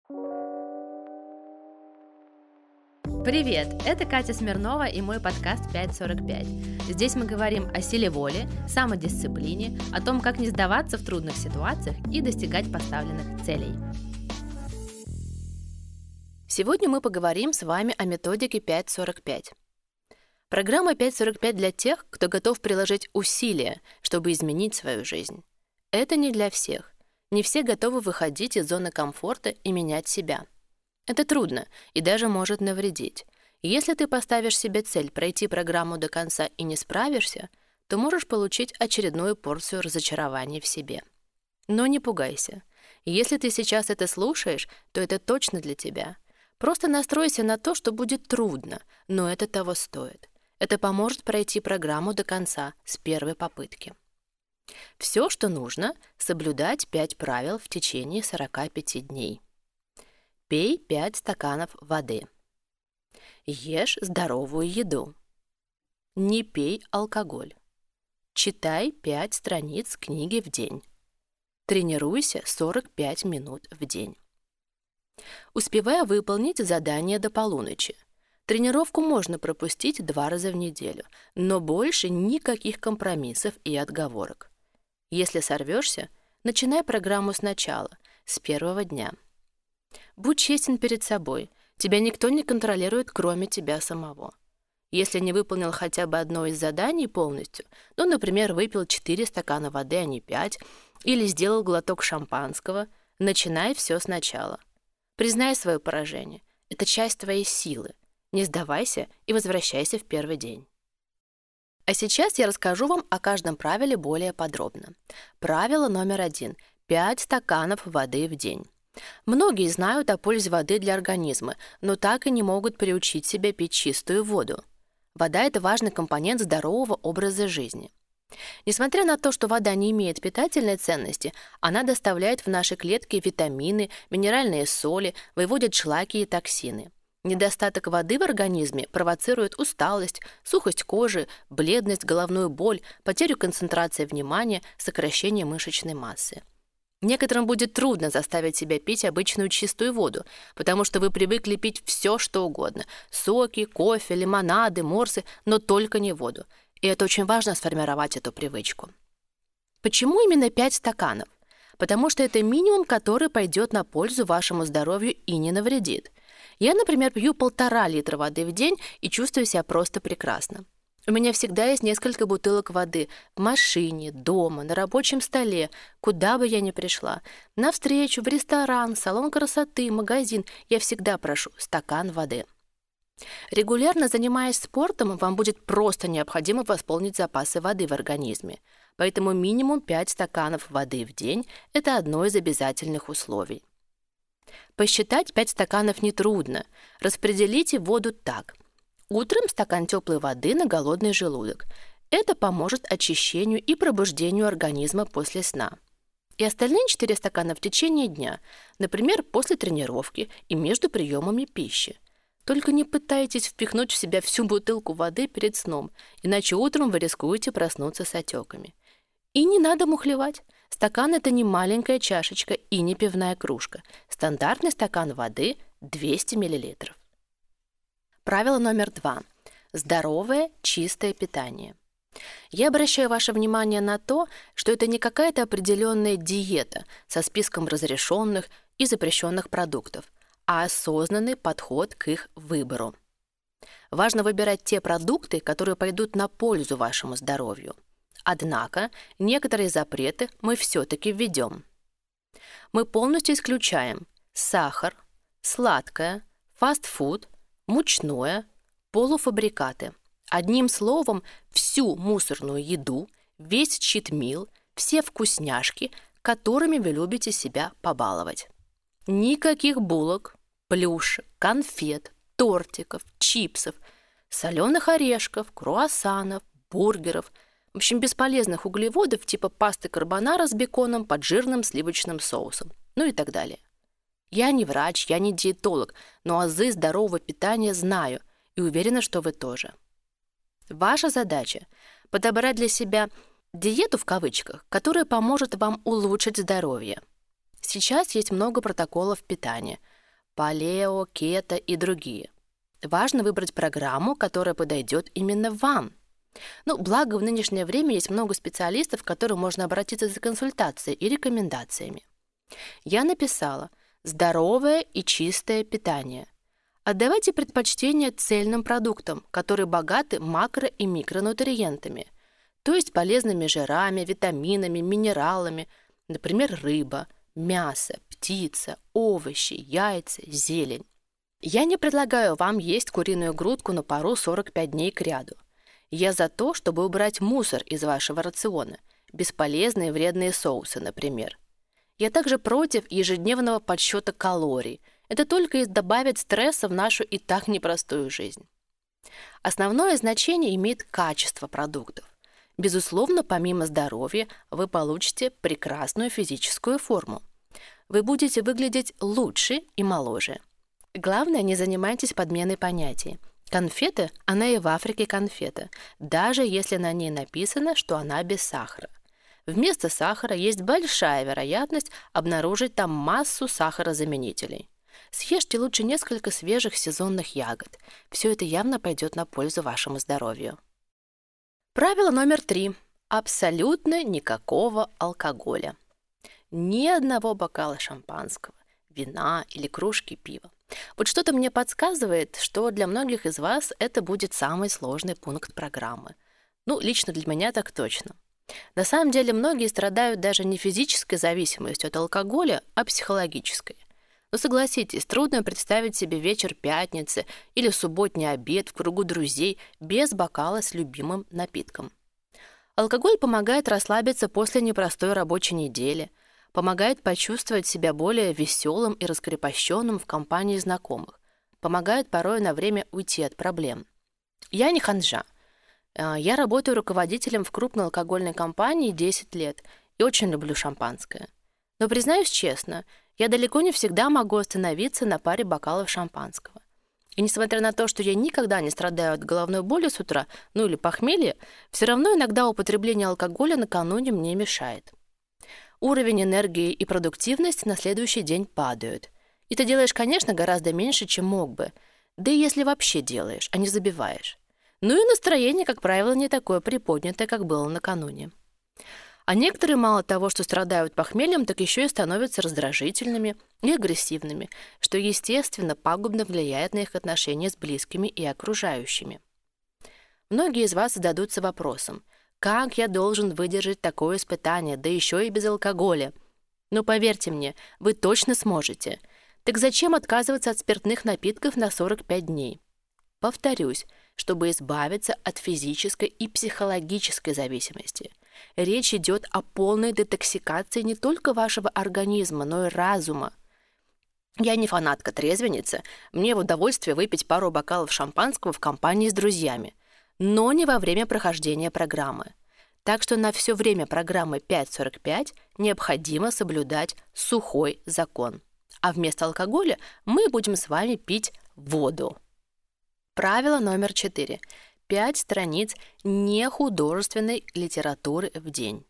Привет! Это Катя Смирнова и мой подкаст «5.45». Здесь мы говорим о силе воли, самодисциплине, о том, как не сдаваться в трудных ситуациях и достигать поставленных целей. Сегодня мы поговорим с вами о методике 5.45. Программа 5.45 для тех, кто готов приложить усилия, чтобы изменить свою жизнь. Это не для всех. Не все готовы выходить из зоны комфорта и менять себя. Это трудно и даже может навредить. Если ты поставишь себе цель пройти программу до конца и не справишься, то можешь получить очередную порцию разочарований в себе. Но не пугайся. Если ты сейчас это слушаешь, то это точно для тебя. Просто настройся на то, что будет трудно, но это того стоит. Это поможет пройти программу до конца с первой попытки. Все, что нужно, соблюдать 5 правил в течение 45 дней. Пей 5 стаканов воды. Ешь здоровую еду. Не пей алкоголь. Читай 5 страниц книги в день. Тренируйся 45 минут в день. Успевай выполнить задание до полуночи. Тренировку можно пропустить 2 раза в неделю, но больше никаких компромиссов и отговорок. Если сорвешься, начинай программу сначала, с первого дня. Будь честен перед собой. Тебя никто не контролирует, кроме тебя самого. Если не выполнил хотя бы одно из заданий полностью, например, выпил 4 стакана воды, а не 5, или сделал глоток шампанского, начинай все сначала. Признай свое поражение. Это часть твоей силы. Не сдавайся и возвращайся в первый день. А сейчас я расскажу вам о каждом правиле более подробно. Правило номер 1. 5 стаканов воды в день. Многие знают о пользе воды для организма, но так и не могут приучить себя пить чистую воду. Вода – это важный компонент здорового образа жизни. Несмотря на то, что вода не имеет питательной ценности, она доставляет в наши клетки витамины, минеральные соли, выводит шлаки и токсины. Недостаток воды в организме провоцирует усталость, сухость кожи, бледность, головную боль, потерю концентрации внимания, сокращение мышечной массы. Некоторым будет трудно заставить себя пить обычную чистую воду, потому что вы привыкли пить все, что угодно – соки, кофе, лимонады, морсы, но только не воду. И это очень важно сформировать эту привычку. Почему именно 5 стаканов? Потому что это минимум, который пойдет на пользу вашему здоровью и не навредит. Я, например, пью 1,5 литра воды в день и чувствую себя просто прекрасно. У меня всегда есть несколько бутылок воды в машине, дома, на рабочем столе, куда бы я ни пришла. На встречу, в ресторан, салон красоты, магазин. Я всегда прошу стакан воды. Регулярно занимаясь спортом, вам будет просто необходимо восполнить запасы воды в организме. Поэтому минимум 5 стаканов воды в день – это одно из обязательных условий. Посчитать 5 стаканов нетрудно. Распределите воду так. Утром стакан теплой воды на голодный желудок. Это поможет очищению и пробуждению организма после сна. И остальные 4 стакана в течение дня, например, после тренировки и между приемами пищи. Только не пытайтесь впихнуть в себя всю бутылку воды перед сном, иначе утром вы рискуете проснуться с отеками. И не надо мухлевать. Стакан – это не маленькая чашечка и не пивная кружка. Стандартный стакан воды – 200 мл. Правило номер 2. Здоровое, чистое питание. Я обращаю ваше внимание на то, что это не какая-то определенная диета со списком разрешенных и запрещенных продуктов, а осознанный подход к их выбору. Важно выбирать те продукты, которые пойдут на пользу вашему здоровью. Однако некоторые запреты мы все-таки введем. Мы полностью исключаем сахар, сладкое, фастфуд, мучное, полуфабрикаты. Одним словом, всю мусорную еду, весь читмил, все вкусняшки, которыми вы любите себя побаловать. Никаких булок, плюшек, конфет, тортиков, чипсов, соленых орешков, круассанов, бургеров, в общем, бесполезных углеводов типа пасты карбонара с беконом под жирным сливочным соусом, и так далее. Я не врач, я не диетолог, но азы здорового питания знаю и уверена, что вы тоже. Ваша задача – подобрать для себя «диету» в кавычках, которая поможет вам улучшить здоровье. Сейчас есть много протоколов питания. палео, кето и другие. Важно выбрать программу, которая подойдет именно вам. Благо в нынешнее время есть много специалистов, к которым можно обратиться за консультацией и рекомендациями. Я написала «Здоровое и чистое питание». Отдавайте предпочтение цельным продуктам, которые богаты макро- и микронутриентами, то есть полезными жирами, витаминами, минералами, например, рыба, мясо, птица, овощи, яйца, зелень. Я не предлагаю вам есть куриную грудку на пару 45 дней кряду. Я за то, чтобы убрать мусор из вашего рациона, бесполезные вредные соусы, например. Я также против ежедневного подсчета калорий. Это только добавит стресса в нашу и так непростую жизнь. Основное значение имеет качество продуктов. Безусловно, помимо здоровья, вы получите прекрасную физическую форму. Вы будете выглядеть лучше и моложе. Главное, не занимайтесь подменой понятий. Конфета, она и в Африке конфета, даже если на ней написано, что она без сахара. Вместо сахара есть большая вероятность обнаружить там массу сахарозаменителей. Съешьте лучше несколько свежих сезонных ягод. Все это явно пойдет на пользу вашему здоровью. Правило номер 3. Абсолютно никакого алкоголя. Ни одного бокала шампанского, вина или кружки пива. Вот что-то мне подсказывает, что для многих из вас это будет самый сложный пункт программы. Лично для меня так точно. На самом деле многие страдают даже не физической зависимостью от алкоголя, а психологической. Но согласитесь, трудно представить себе вечер пятницы или субботний обед в кругу друзей без бокала с любимым напитком. Алкоголь помогает расслабиться после непростой рабочей недели, помогает почувствовать себя более веселым и раскрепощенным в компании знакомых, помогает порой на время уйти от проблем. Я не ханжа. Я работаю руководителем в крупной алкогольной компании 10 лет и очень люблю шампанское. Но признаюсь честно, я далеко не всегда могу остановиться на паре бокалов шампанского. И несмотря на то, что я никогда не страдаю от головной боли с утра, или похмелья, все равно иногда употребление алкоголя накануне мне мешает. Уровень энергии и продуктивность на следующий день падают. И ты делаешь, конечно, гораздо меньше, чем мог бы. Да и если вообще делаешь, а не забиваешь. И настроение, как правило, не такое приподнятое, как было накануне. А некоторые мало того, что страдают похмельем, так еще и становятся раздражительными и агрессивными, что, естественно, пагубно влияет на их отношения с близкими и окружающими. Многие из вас зададутся вопросом: как я должен выдержать такое испытание, да еще и без алкоголя? Поверьте мне, вы точно сможете. Так зачем отказываться от спиртных напитков на 45 дней? Повторюсь, чтобы избавиться от физической и психологической зависимости. Речь идет о полной детоксикации не только вашего организма, но и разума. Я не фанатка-трезвенница, мне в удовольствие выпить пару бокалов шампанского в компании с друзьями, но не во время прохождения программы. Так что на все время программы 5.45 необходимо соблюдать сухой закон. А вместо алкоголя мы будем с вами пить воду. Правило номер 4. 5 страниц нехудожественной литературы в день.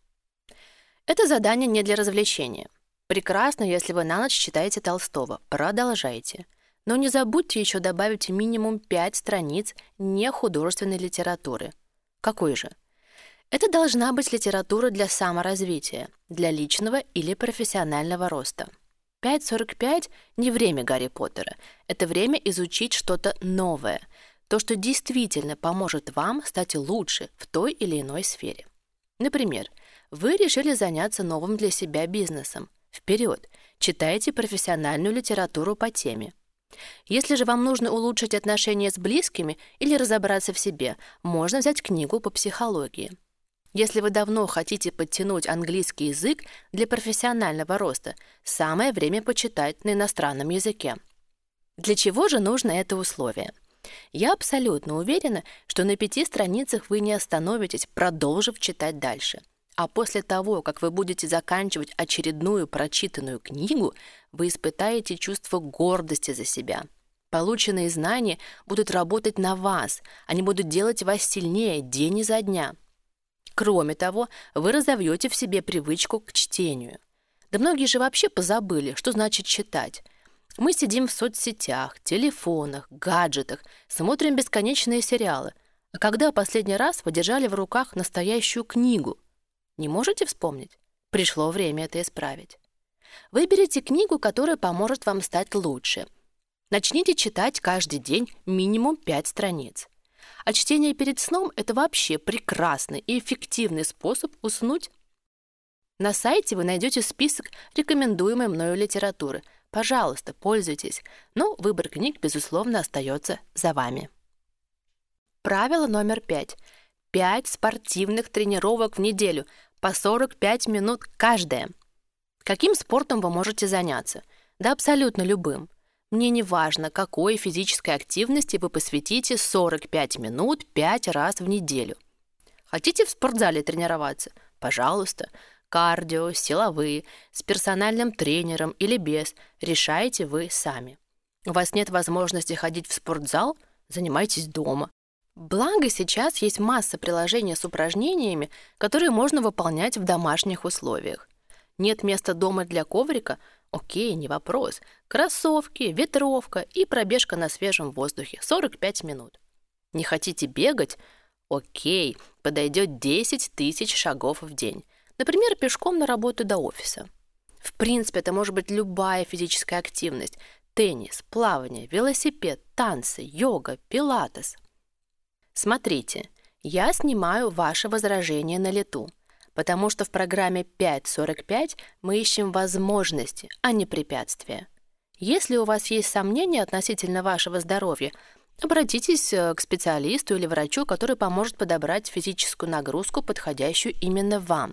Это задание не для развлечения. Прекрасно, если вы на ночь читаете Толстого. Продолжайте. Но не забудьте еще добавить минимум 5 страниц нехудожественной литературы. Какой же? Это должна быть литература для саморазвития, для личного или профессионального роста. 5.45 не время Гарри Поттера. Это время изучить что-то новое, то, что действительно поможет вам стать лучше в той или иной сфере. Например, вы решили заняться новым для себя бизнесом. Вперед! Читайте профессиональную литературу по теме. Если же вам нужно улучшить отношения с близкими или разобраться в себе, можно взять книгу по психологии. Если вы давно хотите подтянуть английский язык для профессионального роста, самое время почитать на иностранном языке. Для чего же нужно это условие? Я абсолютно уверена, что на 5 страницах вы не остановитесь, продолжив читать дальше. А после того, как вы будете заканчивать очередную прочитанную книгу, вы испытаете чувство гордости за себя. Полученные знания будут работать на вас, они будут делать вас сильнее день изо дня. Кроме того, вы разовьете в себе привычку к чтению. Да многие же вообще позабыли, что значит читать. Мы сидим в соцсетях, телефонах, гаджетах, смотрим бесконечные сериалы. А когда последний раз вы держали в руках настоящую книгу? Не можете вспомнить? Пришло время это исправить. Выберите книгу, которая поможет вам стать лучше. Начните читать каждый день минимум 5 страниц. А чтение перед сном – это вообще прекрасный и эффективный способ уснуть. На сайте вы найдете список рекомендуемой мною литературы. Пожалуйста, пользуйтесь, но выбор книг, безусловно, остается за вами. Правило номер 5. 5 спортивных тренировок в неделю, по 45 минут каждая. Каким спортом вы можете заняться? Да абсолютно любым. Мне не важно, какой физической активности вы посвятите 45 минут 5 раз в неделю. Хотите в спортзале тренироваться? Пожалуйста. Кардио, силовые, с персональным тренером или без, решаете вы сами. У вас нет возможности ходить в спортзал? Занимайтесь дома. Благо, сейчас есть масса приложений с упражнениями, которые можно выполнять в домашних условиях. Нет места дома для коврика? Окей, не вопрос. Кроссовки, ветровка и пробежка на свежем воздухе 45 минут. Не хотите бегать? Окей, подойдет 10 тысяч шагов в день. Например, пешком на работу до офиса. В принципе, это может быть любая физическая активность. Теннис, плавание, велосипед, танцы, йога, пилатес. Смотрите, я снимаю ваше возражение на лету, потому что в программе 5.45 мы ищем возможности, а не препятствия. Если у вас есть сомнения относительно вашего здоровья, обратитесь к специалисту или врачу, который поможет подобрать физическую нагрузку, подходящую именно вам.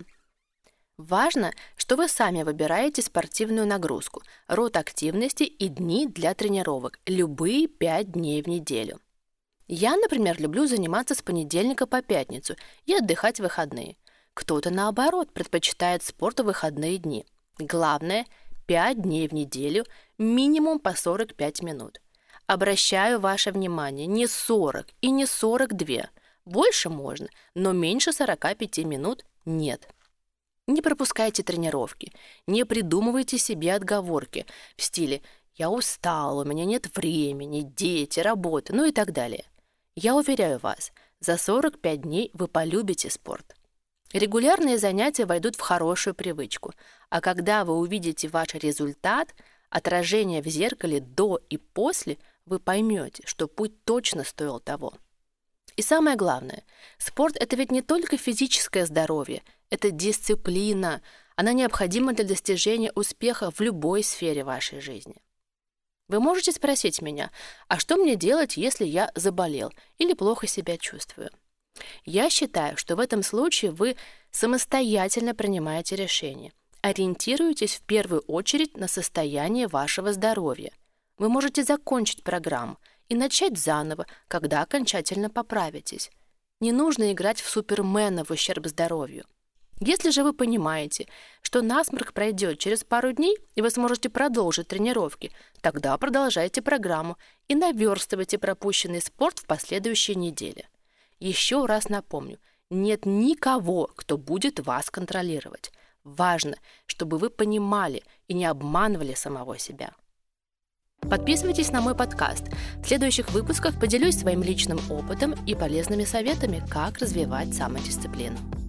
Важно, что вы сами выбираете спортивную нагрузку, род активности и дни для тренировок, любые 5 дней в неделю. Я, например, люблю заниматься с понедельника по пятницу и отдыхать в выходные. Кто-то, наоборот, предпочитает спорт в выходные дни. Главное – 5 дней в неделю, минимум по 45 минут. Обращаю ваше внимание, не 40 и не 42. Больше можно, но меньше 45 минут нет. Не пропускайте тренировки, не придумывайте себе отговорки в стиле «я устал, у меня нет времени, дети, работа», ну и так далее. Я уверяю вас, за 45 дней вы полюбите спорт. Регулярные занятия войдут в хорошую привычку, а когда вы увидите ваш результат, отражение в зеркале до и после, вы поймете, что путь точно стоил того. И самое главное, спорт – это ведь не только физическое здоровье, это дисциплина. Она необходима для достижения успеха в любой сфере вашей жизни. Вы можете спросить меня, а что мне делать, если я заболел или плохо себя чувствую? Я считаю, что в этом случае вы самостоятельно принимаете решение. Ориентируйтесь в первую очередь на состояние вашего здоровья. Вы можете закончить программу и начать заново, когда окончательно поправитесь. Не нужно играть в супермена в ущерб здоровью. Если же вы понимаете, что насморк пройдет через пару дней, и вы сможете продолжить тренировки, тогда продолжайте программу и наверстывайте пропущенный спорт в последующие недели. Еще раз напомню, нет никого, кто будет вас контролировать. Важно, чтобы вы понимали и не обманывали самого себя. Подписывайтесь на мой подкаст. В следующих выпусках поделюсь своим личным опытом и полезными советами, как развивать самодисциплину.